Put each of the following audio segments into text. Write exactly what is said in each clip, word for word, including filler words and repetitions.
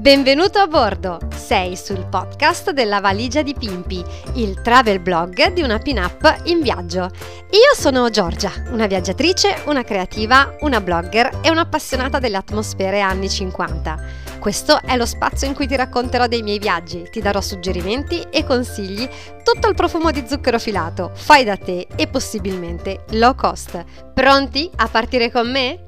Benvenuto a bordo! Sei sul podcast della Valigia di Pimpi, il travel blog di una pin-up in viaggio. Io sono Giorgia, una viaggiatrice, una creativa, una blogger e un'appassionata delle atmosfere anni cinquanta. Questo è lo spazio in cui ti racconterò dei miei viaggi, ti darò suggerimenti e consigli, tutto il profumo di zucchero filato, fai da te e possibilmente low cost. Pronti a partire con me?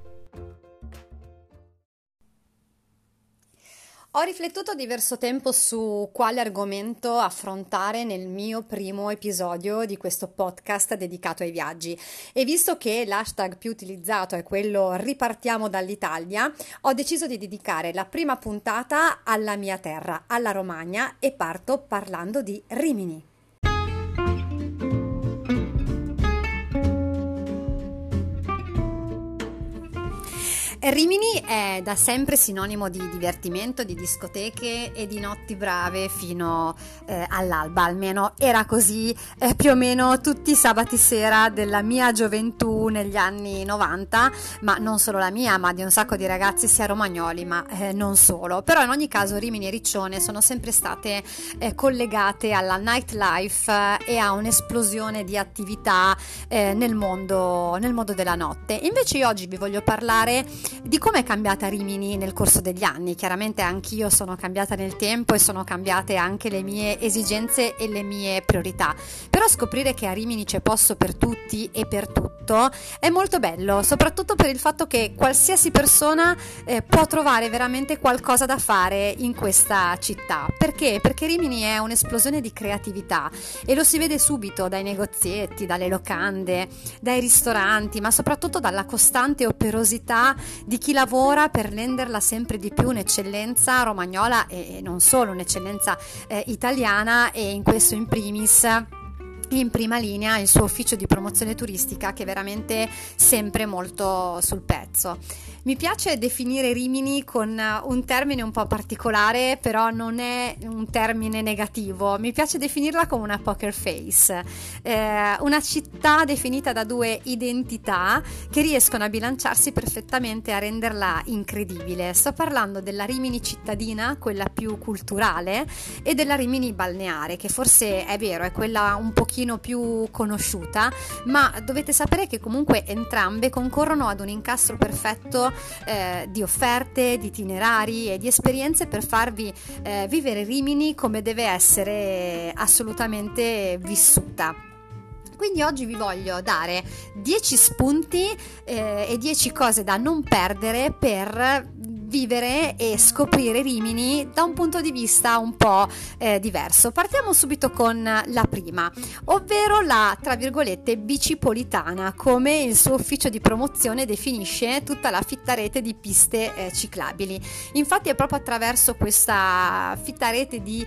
Ho riflettuto diverso tempo su quale argomento affrontare nel mio primo episodio di questo podcast dedicato ai viaggi e visto che l'hashtag più utilizzato è quello ripartiamo dall'Italia, ho deciso di dedicare la prima puntata alla mia terra, alla Romagna, e parto parlando di Rimini. Rimini è da sempre sinonimo di divertimento, di discoteche e di notti brave fino eh, all'alba, almeno era così eh, più o meno tutti i sabati sera della mia gioventù negli anni novanta, ma non solo la mia, ma di un sacco di ragazzi sia romagnoli, ma eh, non solo. Però in ogni caso Rimini e Riccione sono sempre state eh, collegate alla nightlife eh, e a un'esplosione di attività eh, nel mondo, nel mondo della notte. Invece io oggi vi voglio parlare di come è cambiata Rimini nel corso degli anni. Chiaramente anch'io sono cambiata nel tempo e sono cambiate anche le mie esigenze e le mie priorità, però scoprire che a Rimini c'è posto per tutti e per tutto è molto bello, soprattutto per il fatto che qualsiasi persona eh, può trovare veramente qualcosa da fare in questa città. Perché? Perché Rimini è un'esplosione di creatività e lo si vede subito dai negozietti, dalle locande, dai ristoranti, ma soprattutto dalla costante operosità di chi lavora per renderla sempre di più un'eccellenza romagnola e non solo, un'eccellenza eh, italiana, e in questo in primis in prima linea il suo ufficio di promozione turistica, che è veramente sempre molto sul pezzo. Mi piace definire Rimini con un termine un po' particolare, però non è un termine negativo. Mi piace definirla come una poker face, eh, una città definita da due identità che riescono a bilanciarsi perfettamente, a renderla incredibile. Sto parlando della Rimini cittadina, quella più culturale, e della Rimini balneare, che forse è vero, è quella un pochino più conosciuta, ma dovete sapere che comunque entrambe concorrono ad un incastro perfetto Eh, di offerte, di itinerari e di esperienze per farvi eh, vivere Rimini come deve essere assolutamente vissuta. Quindi oggi vi voglio dare dieci spunti eh, e dieci cose da non perdere per vivere e scoprire Rimini da un punto di vista un po' eh, diverso. Partiamo subito con la prima, ovvero la, tra virgolette, bicipolitana, come il suo ufficio di promozione definisce tutta la fitta rete di piste eh, ciclabili. Infatti è proprio attraverso questa fitta rete di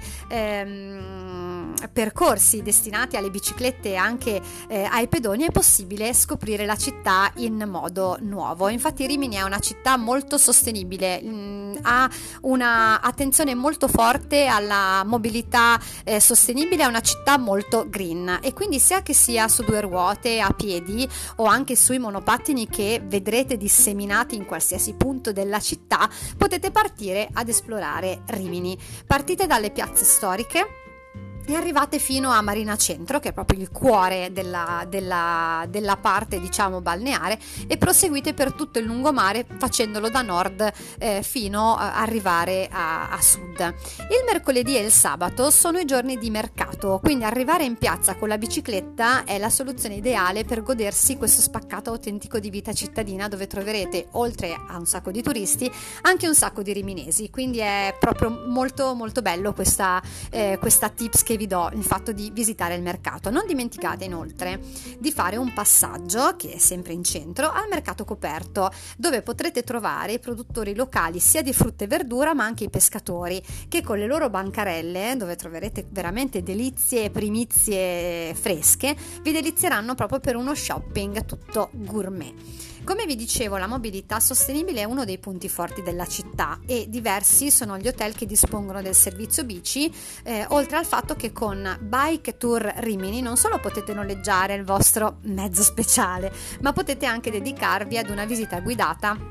ehm, percorsi destinati alle biciclette e anche eh, ai pedoni è possibile scoprire la città in modo nuovo. Infatti Rimini è una città molto sostenibile, mh, ha una attenzione molto forte alla mobilità eh, sostenibile, è una città molto green, e quindi sia che sia su due ruote, a piedi o anche sui monopattini che vedrete disseminati in qualsiasi punto della città, potete partire ad esplorare Rimini. Partite dalle piazze storiche e arrivate fino a Marina Centro, che è proprio il cuore della, della, della parte, diciamo, balneare, e proseguite per tutto il lungomare facendolo da nord eh, fino a arrivare a, a sud. Il mercoledì e il sabato sono i giorni di mercato, quindi arrivare in piazza con la bicicletta è la soluzione ideale per godersi questo spaccato autentico di vita cittadina, dove troverete, oltre a un sacco di turisti, anche un sacco di riminesi. Quindi è proprio molto molto bello questa, eh, questa tips che vi do, il fatto di visitare il mercato. Non dimenticate inoltre di fare un passaggio, che è sempre in centro, al mercato coperto, dove potrete trovare i produttori locali sia di frutta e verdura, ma anche i pescatori, che con le loro bancarelle, dove troverete veramente delizie e primizie fresche, vi delizieranno proprio per uno shopping tutto gourmet. Come vi dicevo, la mobilità sostenibile è uno dei punti forti della città e diversi sono gli hotel che dispongono del servizio bici, eh, oltre al fatto che con Bike Tour Rimini non solo potete noleggiare il vostro mezzo speciale, ma potete anche dedicarvi ad una visita guidata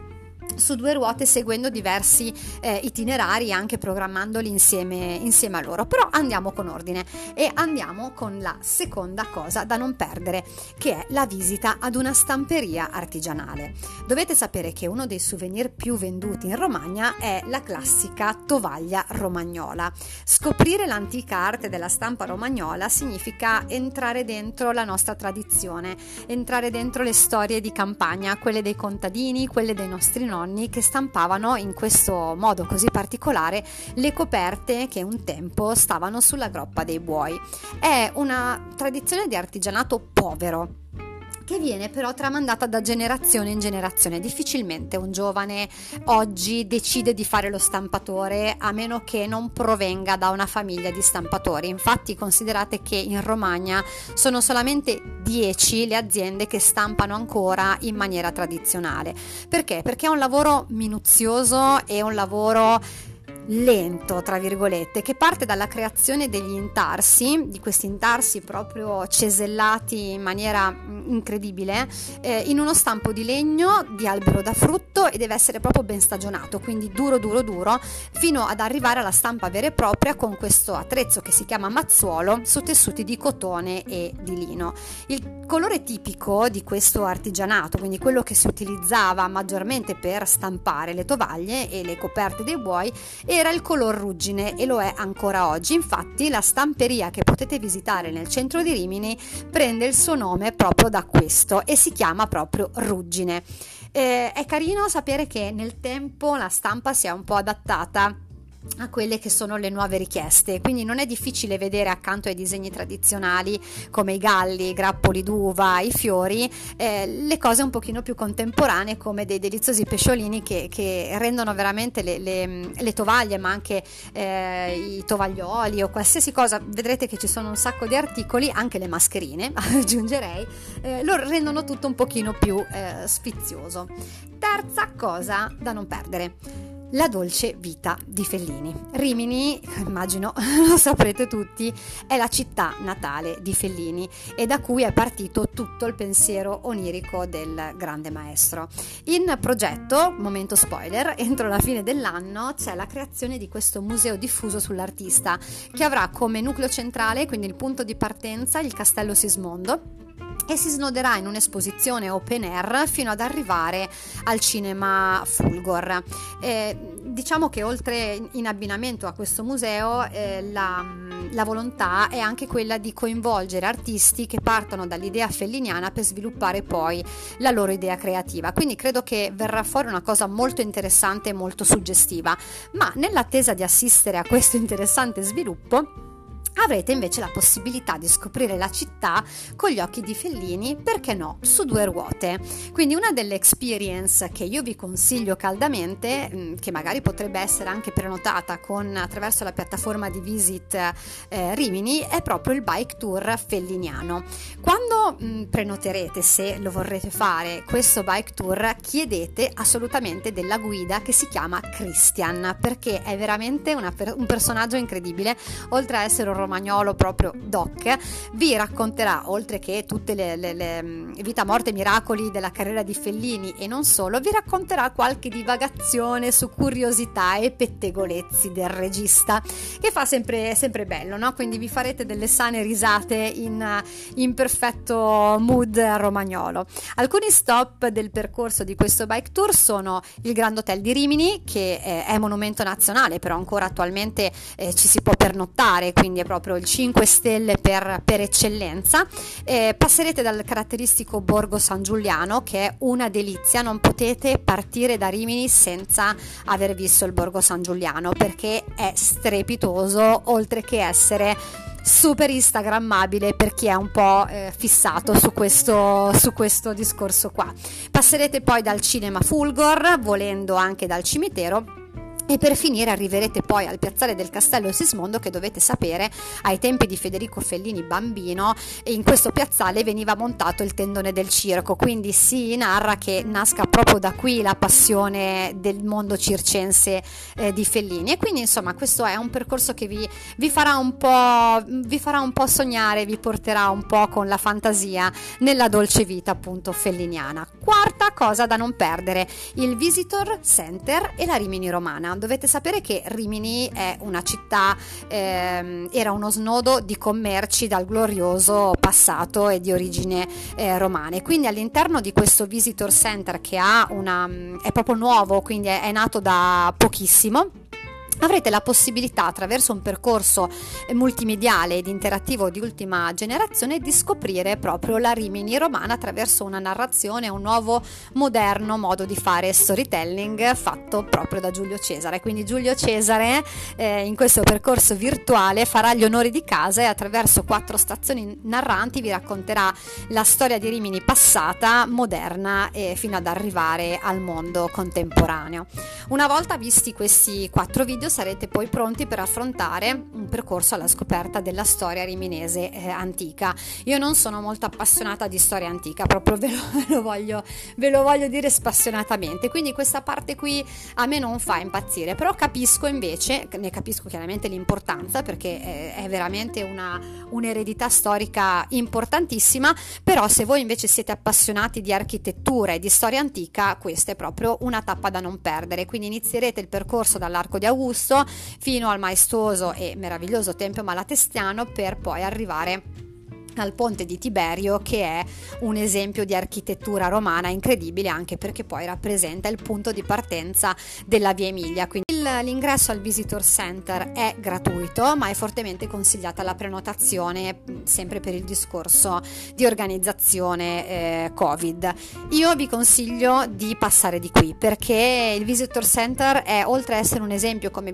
su due ruote, seguendo diversi eh, itinerari, anche programmandoli insieme, insieme a loro. Però andiamo con ordine e andiamo con la seconda cosa da non perdere, che è la visita ad una stamperia artigianale. Dovete sapere che uno dei souvenir più venduti in Romagna è la classica tovaglia romagnola. Scoprire l'antica arte della stampa romagnola significa entrare dentro la nostra tradizione, entrare dentro le storie di campagna, quelle dei contadini, quelle dei nostri nonni, che stampavano in questo modo così particolare le coperte che un tempo stavano sulla groppa dei buoi. È una tradizione di artigianato povero, che viene però tramandata da generazione in generazione. Difficilmente un giovane oggi decide di fare lo stampatore a meno che non provenga da una famiglia di stampatori. Infatti considerate che in Romagna sono solamente dieci le aziende che stampano ancora in maniera tradizionale. Perché? Perché è un lavoro minuzioso e un lavoro lento, tra virgolette, che parte dalla creazione degli intarsi, di questi intarsi proprio cesellati in maniera incredibile, eh, in uno stampo di legno di albero da frutto, e deve essere proprio ben stagionato, quindi duro duro duro, fino ad arrivare alla stampa vera e propria con questo attrezzo che si chiama mazzuolo su tessuti di cotone e di lino. Il colore tipico di questo artigianato, quindi quello che si utilizzava maggiormente per stampare le tovaglie e le coperte dei buoi, era il color ruggine, e lo è ancora oggi. Infatti la stamperia che potete visitare nel centro di Rimini prende il suo nome proprio da questo e si chiama proprio Ruggine. Eh, è carino sapere che nel tempo la stampa si è un po' adattata a quelle che sono le nuove richieste, quindi non è difficile vedere accanto ai disegni tradizionali come i galli, i grappoli d'uva, i fiori, eh, le cose un pochino più contemporanee come dei deliziosi pesciolini che, che rendono veramente le, le, le tovaglie, ma anche eh, i tovaglioli o qualsiasi cosa. Vedrete che ci sono un sacco di articoli, anche le mascherine aggiungerei, eh, lo rendono tutto un pochino più eh, sfizioso. Terza cosa da non perdere: la dolce vita di Fellini. Rimini, immagino lo saprete tutti, è la città natale di Fellini e da cui è partito tutto il pensiero onirico del grande maestro. In progetto, momento spoiler, entro la fine dell'anno c'è la creazione di questo museo diffuso sull'artista, che avrà come nucleo centrale, quindi il punto di partenza, il Castello Sismondo, e si snoderà in un'esposizione open air fino ad arrivare al cinema Fulgor. Eh, diciamo che oltre in abbinamento a questo museo eh, la, la volontà è anche quella di coinvolgere artisti che partono dall'idea felliniana per sviluppare poi la loro idea creativa, quindi credo che verrà fuori una cosa molto interessante e molto suggestiva. Ma nell'attesa di assistere a questo interessante sviluppo, avrete invece la possibilità di scoprire la città con gli occhi di Fellini, perché no, su due ruote. Quindi una delle experience che io vi consiglio caldamente, che magari potrebbe essere anche prenotata con attraverso la piattaforma di Visit eh, Rimini, è proprio il bike tour felliniano. Quando mh, prenoterete, se lo vorrete fare, questo bike tour, chiedete assolutamente della guida, che si chiama Christian, perché è veramente una, un personaggio incredibile. Oltre a essere un romagnolo proprio doc, vi racconterà, oltre che tutte le, le, le vita, morte e miracoli della carriera di Fellini e non solo, vi racconterà qualche divagazione su curiosità e pettegolezzi del regista, che fa sempre, sempre bello, no? Quindi vi farete delle sane risate in, in perfetto mood romagnolo. Alcuni stop del percorso di questo bike tour sono il Grand Hotel di Rimini, che eh, è monumento nazionale, però ancora attualmente eh, ci si può pernottare, quindi è proprio il cinque stelle per, per eccellenza. Eh, passerete dal caratteristico Borgo San Giuliano, che è una delizia. Non potete partire da Rimini senza aver visto il Borgo San Giuliano, perché è strepitoso, oltre che essere super instagrammabile per chi è un po' eh, fissato su questo, su questo discorso qua. Passerete poi dal cinema Fulgor, volendo anche dal cimitero, E per finire arriverete poi al piazzale del Castello Sismondo, che dovete sapere ai tempi di Federico Fellini bambino in questo piazzale veniva montato il tendone del circo, quindi si narra che nasca proprio da qui la passione del mondo circense eh, di Fellini. E quindi insomma questo è un percorso che vi, vi farà un po' vi farà un po' sognare, vi porterà un po' con la fantasia nella dolce vita appunto felliniana. Quarta cosa da non perdere: il Visitor Center e la Rimini Romana. Dovete sapere che Rimini è una città, ehm, era uno snodo di commerci dal glorioso passato e di origine eh, romane. Quindi all'interno di questo Visitor Center, che ha una, è proprio nuovo, quindi è, è nato da pochissimo, avrete la possibilità, attraverso un percorso multimediale ed interattivo di ultima generazione, di scoprire proprio la Rimini Romana attraverso una narrazione, un nuovo moderno modo di fare storytelling fatto proprio da Giulio Cesare. Quindi Giulio Cesare eh, in questo percorso virtuale farà gli onori di casa e attraverso quattro stazioni narranti vi racconterà la storia di Rimini passata, moderna e fino ad arrivare al mondo contemporaneo. Una volta visti questi quattro video sarete poi pronti per affrontare un percorso alla scoperta della storia riminese eh, antica. Io non sono molto appassionata di storia antica, proprio ve lo, ve lo voglio ve lo voglio dire spassionatamente, quindi questa parte qui a me non fa impazzire, però capisco invece, ne capisco chiaramente l'importanza, perché è, è veramente una un'eredità storica importantissima. Però se voi invece siete appassionati di architettura e di storia antica, questa è proprio una tappa da non perdere. Quindi inizierete il percorso dall'Arco di Augusto fino al maestoso e meraviglioso Tempio Malatestiano, per poi arrivare al ponte di Tiberio, che è un esempio di architettura romana incredibile, anche perché poi rappresenta il punto di partenza della Via Emilia. Quindi l'ingresso al Visitor Center è gratuito, ma è fortemente consigliata la prenotazione, sempre per il discorso di organizzazione eh, Covid. Io vi consiglio di passare di qui, perché il Visitor Center è, oltre ad essere un esempio, come vi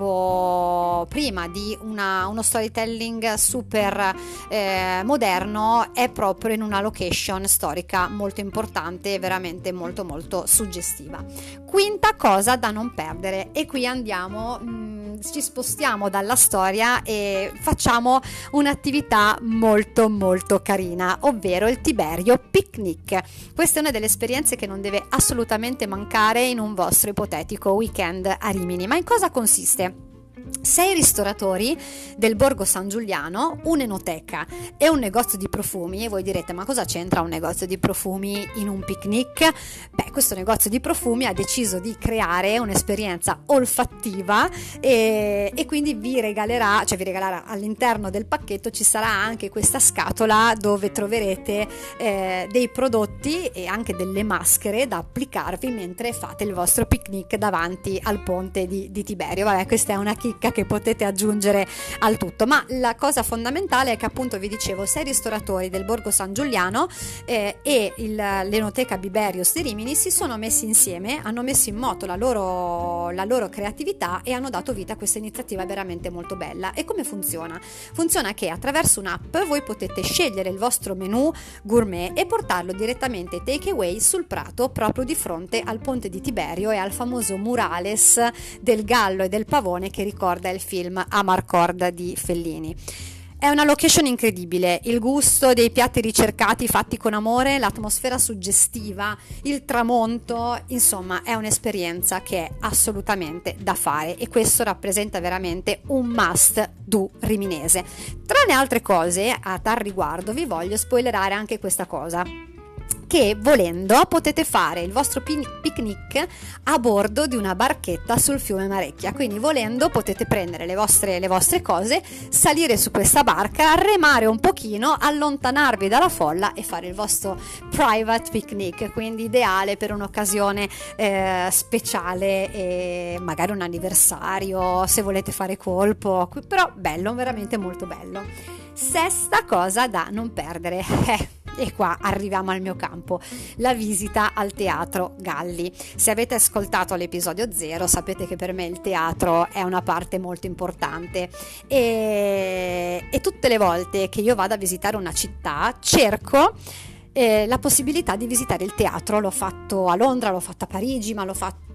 dicevo prima, di una, uno storytelling super eh, moderno, è proprio in una location storica molto importante e veramente molto molto suggestiva. Quinta cosa da non perdere, e qui andiamo mh, ci spostiamo dalla storia e facciamo un'attività molto molto carina, ovvero il Tiberio Picnic. Questa è una delle esperienze che non deve assolutamente mancare in un vostro ipotetico weekend a Rimini. Ma in cosa consiste? Sei ristoratori del Borgo San Giuliano, un'enoteca e un negozio di profumi. E voi direte: ma cosa c'entra un negozio di profumi in un picnic? Beh, questo negozio di profumi ha deciso di creare un'esperienza olfattiva e, e quindi vi regalerà, cioè vi regalerà all'interno del pacchetto, ci sarà anche questa scatola dove troverete eh, dei prodotti e anche delle maschere da applicarvi mentre fate il vostro picnic davanti al ponte di, di Tiberio. Vabbè, questa è una chicca che potete aggiungere al tutto, ma la cosa fondamentale è che, appunto, vi dicevo, sei ristoratori del Borgo San Giuliano eh, e il, l'Enoteca Biberius di Rimini si sono messi insieme, hanno messo in moto la loro, la loro creatività e hanno dato vita a questa iniziativa veramente molto bella. E come funziona? Funziona che attraverso un'app voi potete scegliere il vostro menù gourmet e portarlo direttamente take away sul prato, proprio di fronte al ponte di Tiberio e al famoso murales del gallo e del pavone che ricorda il film Amarcord di Fellini. È una location incredibile, il gusto dei piatti ricercati fatti con amore, l'atmosfera suggestiva, il tramonto, insomma è un'esperienza che è assolutamente da fare, e questo rappresenta veramente un must do riminese. Tra le altre cose, a tal riguardo vi voglio spoilerare anche questa cosa, che volendo potete fare il vostro picnic a bordo di una barchetta sul fiume Marecchia. Quindi volendo potete prendere le vostre, le vostre cose, salire su questa barca, remare un pochino, allontanarvi dalla folla e fare il vostro private picnic, quindi ideale per un'occasione eh, speciale e magari un anniversario, se volete fare colpo, però bello, veramente molto bello. Sesta cosa da non perdere, eh, e qua arriviamo al mio campo, la visita al Teatro Galli. Se avete ascoltato l'episodio zero sapete che per me il teatro è una parte molto importante e, e tutte le volte che io vado a visitare una città cerco eh, la possibilità di visitare il teatro. L'ho fatto a Londra, l'ho fatto a Parigi, ma l'ho fatto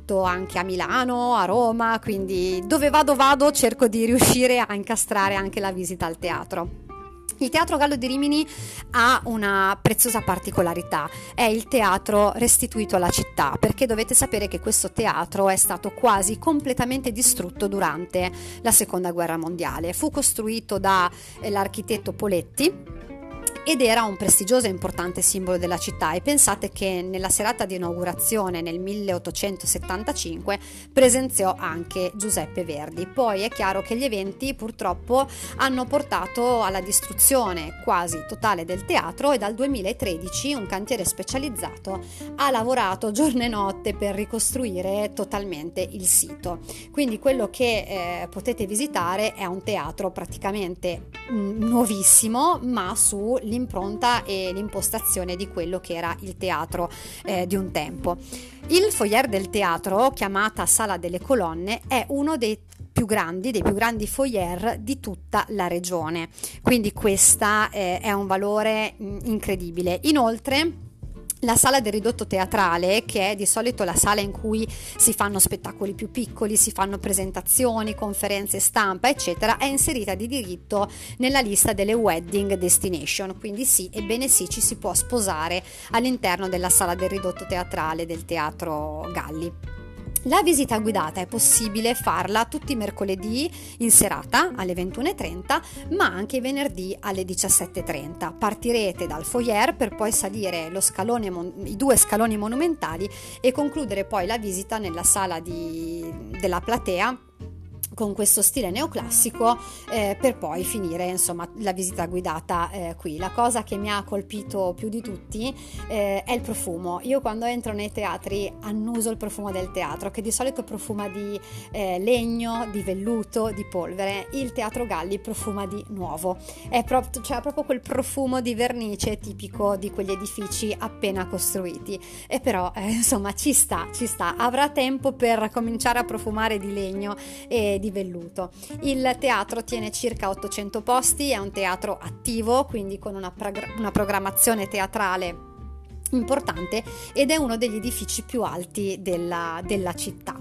fatto anche a Milano, a Roma, quindi dove vado vado cerco di riuscire a incastrare anche la visita al teatro. Il Teatro Gallo di Rimini ha una preziosa particolarità, è il teatro restituito alla città, perché dovete sapere che questo teatro è stato quasi completamente distrutto durante la Seconda Guerra Mondiale. Fu costruito dall'architetto Poletti ed era un prestigioso e importante simbolo della città, e pensate che nella serata di inaugurazione nel milleottocentosettantacinque presenziò anche Giuseppe Verdi. Poi è chiaro che gli eventi purtroppo hanno portato alla distruzione quasi totale del teatro, e dal duemilatredici un cantiere specializzato ha lavorato giorno e notte per ricostruire totalmente il sito. Quindi quello che eh, potete visitare è un teatro praticamente mh, nuovissimo, ma su l'impronta e l'impostazione di quello che era il teatro eh, di un tempo. Il foyer del teatro, chiamata Sala delle Colonne, è uno dei più grandi, dei più grandi foyer di tutta la regione, quindi questa eh, è un valore mh, incredibile. Inoltre la sala del ridotto teatrale, che è di solito la sala in cui si fanno spettacoli più piccoli, si fanno presentazioni, conferenze stampa, eccetera, è inserita di diritto nella lista delle wedding destination, quindi sì, ebbene sì, ci si può sposare all'interno della sala del ridotto teatrale del Teatro Galli. La visita guidata è possibile farla tutti i mercoledì in serata alle ventuno e trenta, ma anche venerdì alle diciassette e trenta. Partirete dal foyer per poi salire lo scalone, i due scaloni monumentali, e concludere poi la visita nella sala di, della platea con questo stile neoclassico, eh, per poi finire insomma la visita guidata eh, qui. La cosa che mi ha colpito più di tutti eh, è il profumo. Io quando entro nei teatri annuso il profumo del teatro, che di solito profuma di eh, legno, di velluto, di polvere. Il Teatro Galli profuma di nuovo, è proprio, cioè, proprio quel profumo di vernice tipico di quegli edifici appena costruiti, e però eh, insomma ci sta, ci sta, avrà tempo per cominciare a profumare di legno e di velluto. Il teatro tiene circa ottocento posti, è un teatro attivo, quindi con una, prog- una programmazione teatrale importante, ed è uno degli edifici più alti della, della città.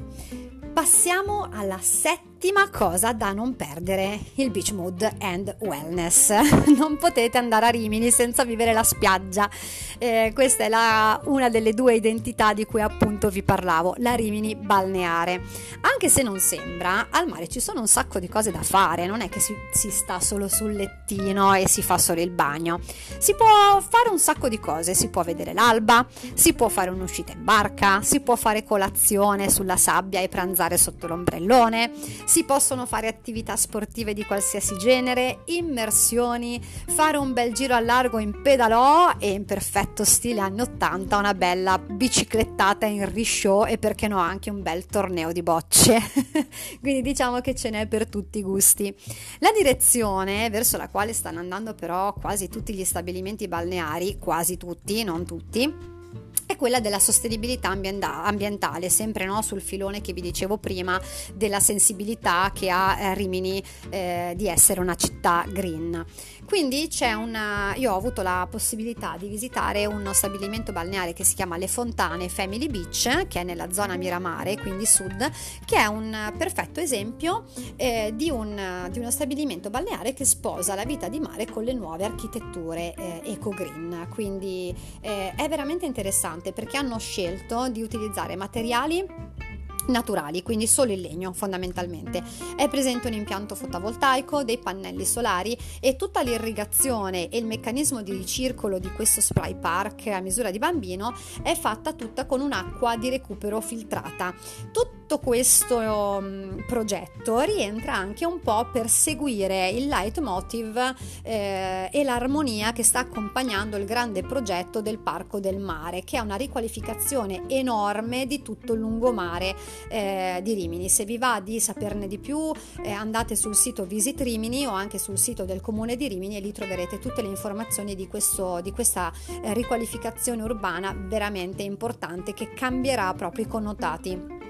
Passiamo alla settima cosa da non perdere, il Beach Mood and Wellness. Non potete andare a Rimini senza vivere la spiaggia. Eh, questa è la, una delle due identità di cui appunto vi parlavo, la Rimini balneare. Anche se non sembra, al mare ci sono un sacco di cose da fare, non è che si, si sta solo sul lettino e si fa solo il bagno. Si può fare un sacco di cose, si può vedere l'alba, si può fare un'uscita in barca, si può fare colazione sulla sabbia e pranzare sotto l'ombrellone, si possono fare attività sportive di qualsiasi genere, immersioni, fare un bel giro al largo in pedalò e, in perfetto stile anni ottanta, una bella biciclettata in risciò, e perché no anche un bel torneo di bocce. Quindi diciamo che ce n'è per tutti i gusti. La direzione verso la quale stanno andando però quasi tutti gli stabilimenti balneari, quasi tutti, non tutti, è quella della sostenibilità ambientale, sempre no, sul filone che vi dicevo prima della sensibilità che ha eh, Rimini eh, di essere una città green. Quindi c'è una, io ho avuto la possibilità di visitare uno stabilimento balneare che si chiama Le Fontane Family Beach, che è nella zona Miramare, quindi sud, che è un perfetto esempio eh, di, un, di uno stabilimento balneare che sposa la vita di mare con le nuove architetture eh, eco-green. Quindi eh, è veramente interessante, perché hanno scelto di utilizzare materiali naturali, quindi solo il legno fondamentalmente. È presente un impianto fotovoltaico, dei pannelli solari, e tutta l'irrigazione e il meccanismo di ricircolo di questo spray park a misura di bambino è fatta tutta con un'acqua di recupero filtrata. Tutto questo um, progetto rientra anche un po' per seguire il leitmotiv eh, e l'armonia che sta accompagnando il grande progetto del Parco del Mare, che è una riqualificazione enorme di tutto il lungomare Eh, di Rimini. Se vi va di saperne di più eh, andate sul sito Visit Rimini o anche sul sito del comune di Rimini, e lì troverete tutte le informazioni di, questo, di questa eh, riqualificazione urbana veramente importante, che cambierà proprio i connotati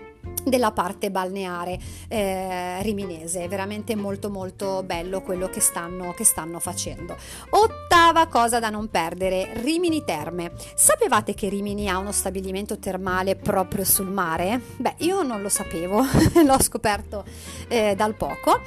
della parte balneare eh, riminese. È veramente molto molto bello quello che stanno, che stanno facendo. Ottava cosa da non perdere: Rimini Terme. Sapevate che Rimini ha uno stabilimento termale proprio sul mare? Beh, io non lo sapevo, l'ho scoperto eh, dal poco,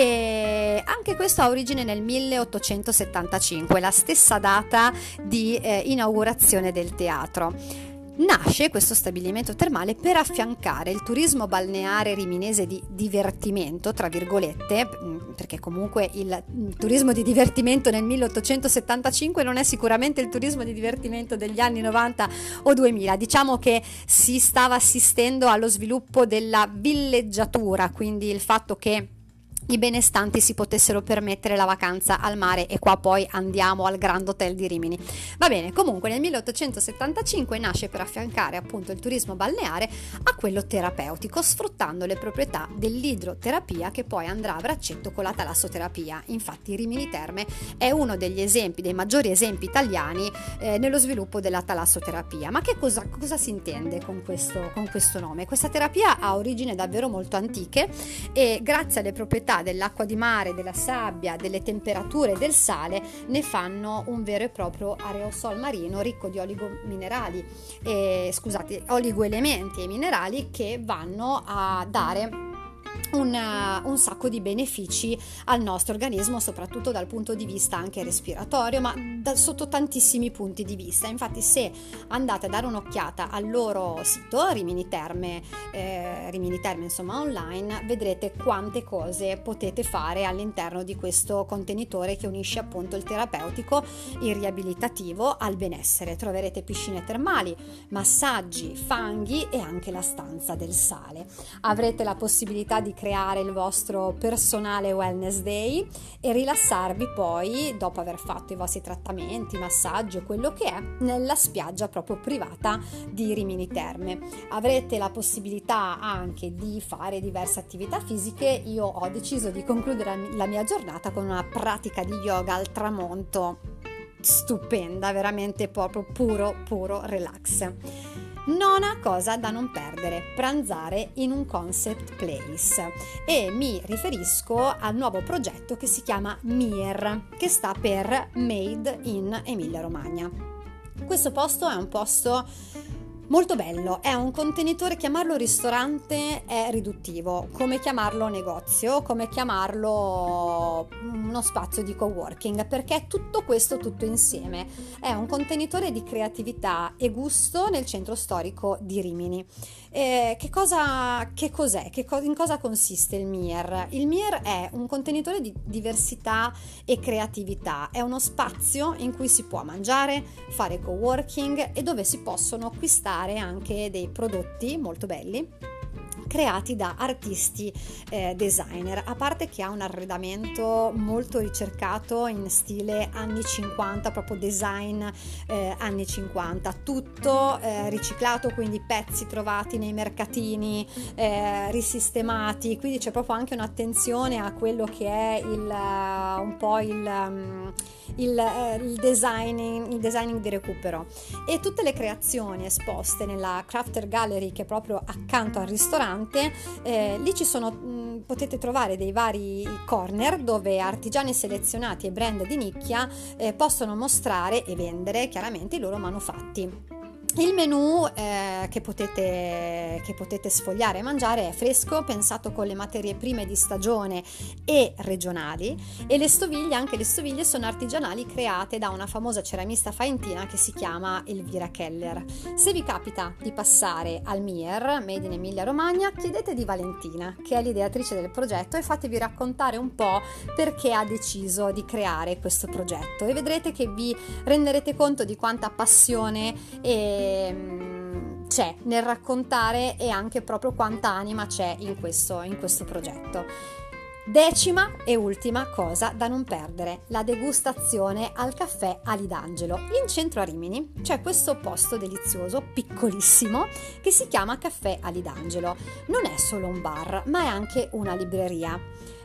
e anche questo ha origine nel milleottocentosettantacinque, la stessa data di eh, inaugurazione del teatro. Nasce questo stabilimento termale per affiancare il turismo balneare riminese di divertimento, tra virgolette, perché comunque il turismo di divertimento nel milleottocentosettantacinque non è sicuramente il turismo di divertimento degli anni novanta o duemila. Diciamo che si stava assistendo allo sviluppo della villeggiatura, quindi il fatto che i benestanti si potessero permettere la vacanza al mare, e qua poi andiamo al Grand Hotel di Rimini. Va bene, comunque nel milleottocentosettantacinque nasce per affiancare appunto il turismo balneare a quello terapeutico, sfruttando le proprietà dell'idroterapia che poi andrà a braccetto con la talassoterapia. Infatti Rimini Terme è uno degli esempi, dei maggiori esempi italiani eh, nello sviluppo della talassoterapia. Ma che cosa, cosa si intende con questo, con questo nome? Questa terapia ha origini davvero molto antiche, e grazie alle proprietà dell'acqua di mare, della sabbia, delle temperature e del sale ne fanno un vero e proprio aerosol marino ricco di oligominerali, eh, scusate, oligoelementi e minerali che vanno a dare Un, un sacco di benefici al nostro organismo, soprattutto dal punto di vista anche respiratorio, ma da, sotto tantissimi punti di vista. Infatti, se andate a dare un'occhiata al loro sito Rimini Terme, eh, Rimini Terme insomma online, vedrete quante cose potete fare all'interno di questo contenitore che unisce appunto il terapeutico, il riabilitativo al benessere. Troverete piscine termali, massaggi, fanghi e anche la stanza del sale. Avrete la possibilità di creare il vostro personale wellness day e rilassarvi poi, dopo aver fatto i vostri trattamenti, massaggi o quello che è, nella spiaggia proprio privata di Rimini Terme. Avrete la possibilità anche di fare diverse attività fisiche. Io ho deciso di concludere la mia giornata con una pratica di yoga al tramonto stupenda, veramente proprio puro puro relax. Nona cosa da non perdere: pranzare in un concept place, e mi riferisco al nuovo progetto che si chiama M I E R, che sta per Made in Emilia Romagna. Questo posto è un posto molto bello, è un contenitore. Chiamarlo ristorante è riduttivo, come chiamarlo negozio, come chiamarlo uno spazio di coworking, perché è tutto questo tutto insieme. È un contenitore di creatività e gusto nel centro storico di Rimini. Eh, che cosa, che cos'è? Che co- in cosa consiste il M I E R? Il M I E R è un contenitore di diversità e creatività, è uno spazio in cui si può mangiare, fare coworking e dove si possono acquistare anche dei prodotti molto belli creati da artisti eh, designer, a parte che ha un arredamento molto ricercato in stile anni cinquanta, proprio design eh, anni cinquanta, tutto eh, riciclato, quindi pezzi trovati nei mercatini, eh, risistemati, quindi c'è proprio anche un'attenzione a quello che è il, uh, un po' il, um, il, uh, il designing, il designing di recupero, e tutte le creazioni esposte nella Crafter Gallery, che è proprio accanto al ristorante. Eh, lì ci sono, mh, potete trovare dei vari corner dove artigiani selezionati e brand di nicchia eh, possono mostrare e vendere chiaramente i loro manufatti. Il menù eh, che, potete, che potete sfogliare e mangiare è fresco, pensato con le materie prime di stagione e regionali, e le stoviglie, anche le stoviglie sono artigianali, create da una famosa ceramista faentina che si chiama Elvira Keller. Se vi capita di passare al M I E R, Made in Emilia Romagna, chiedete di Valentina, che è l'ideatrice del progetto, e fatevi raccontare un po' perché ha deciso di creare questo progetto, e vedrete che vi renderete conto di quanta passione e c'è nel raccontare, e anche proprio quanta anima c'è in questo, in questo progetto. Decima e ultima cosa da non perdere: la degustazione al caffè Ali d'Angelo. In centro a Rimini c'è questo posto delizioso, piccolissimo, che si chiama Caffè Ali d'Angelo. Non è solo un bar, ma è anche una libreria.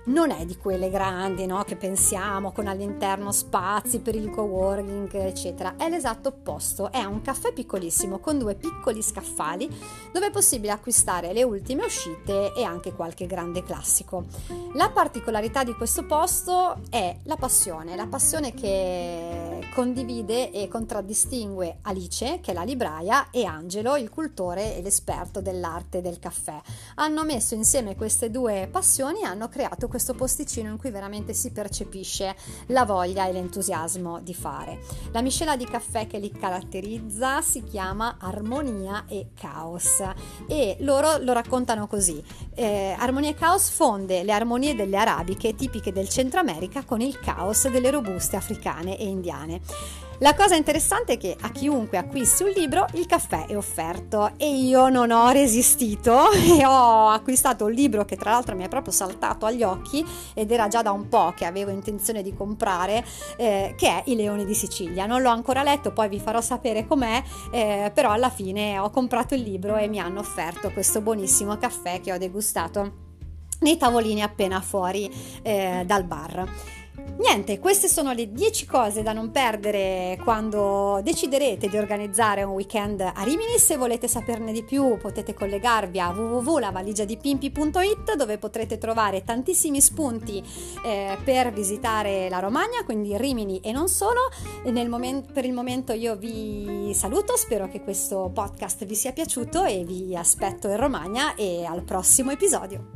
non è di quelle grandi, no, che pensiamo, con all'interno spazi per il coworking eccetera. È l'esatto opposto, è un caffè piccolissimo con due piccoli scaffali dove è possibile acquistare le ultime uscite e anche qualche grande classico. La particolarità di questo posto è la passione, la passione che condivide e contraddistingue Alice, che è la libraia, e Angelo, il cultore e l'esperto dell'arte del caffè. Hanno messo insieme queste due passioni e hanno creato questo posticino in cui veramente si percepisce la voglia e l'entusiasmo di fare. La miscela di caffè che li caratterizza si chiama Armonia e Caos e loro lo raccontano così: eh, Armonia e Caos fonde le armonie delle arabiche tipiche del Centro America con il caos delle robuste africane e indiane. La cosa interessante è che a chiunque acquisti un libro il caffè è offerto e io non ho resistito e ho acquistato un libro che tra l'altro mi è proprio saltato agli occhi ed era già da un po' che avevo intenzione di comprare, eh, che è I Leoni di Sicilia. Non l'ho ancora letto, poi vi farò sapere com'è, eh, però alla fine ho comprato il libro e mi hanno offerto questo buonissimo caffè che ho degustato nei tavolini appena fuori eh, dal bar. Niente, queste sono le dieci cose da non perdere quando deciderete di organizzare un weekend a Rimini. Se volete saperne di più potete collegarvi a w w w punto la valigia di pimpi punto i t, dove potrete trovare tantissimi spunti eh, per visitare la Romagna, quindi Rimini e non solo. E nel momento, per il momento io vi saluto, spero che questo podcast vi sia piaciuto e vi aspetto in Romagna e al prossimo episodio.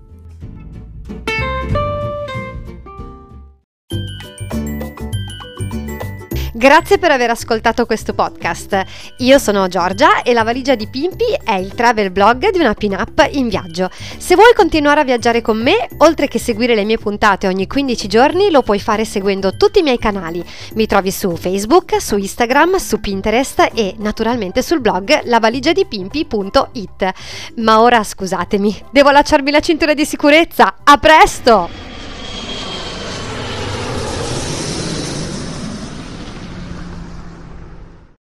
Grazie per aver ascoltato questo podcast. Io sono Giorgia e La Valigia di Pimpi è il travel blog di una pin-up in viaggio. Se vuoi continuare a viaggiare con me, oltre che seguire le mie puntate ogni quindici giorni, lo puoi fare seguendo tutti i miei canali. Mi trovi su Facebook, su Instagram, su Pinterest e naturalmente sul blog la valigia di pimpi punto i t. Ma ora scusatemi, devo allacciarmi la cintura di sicurezza. A presto!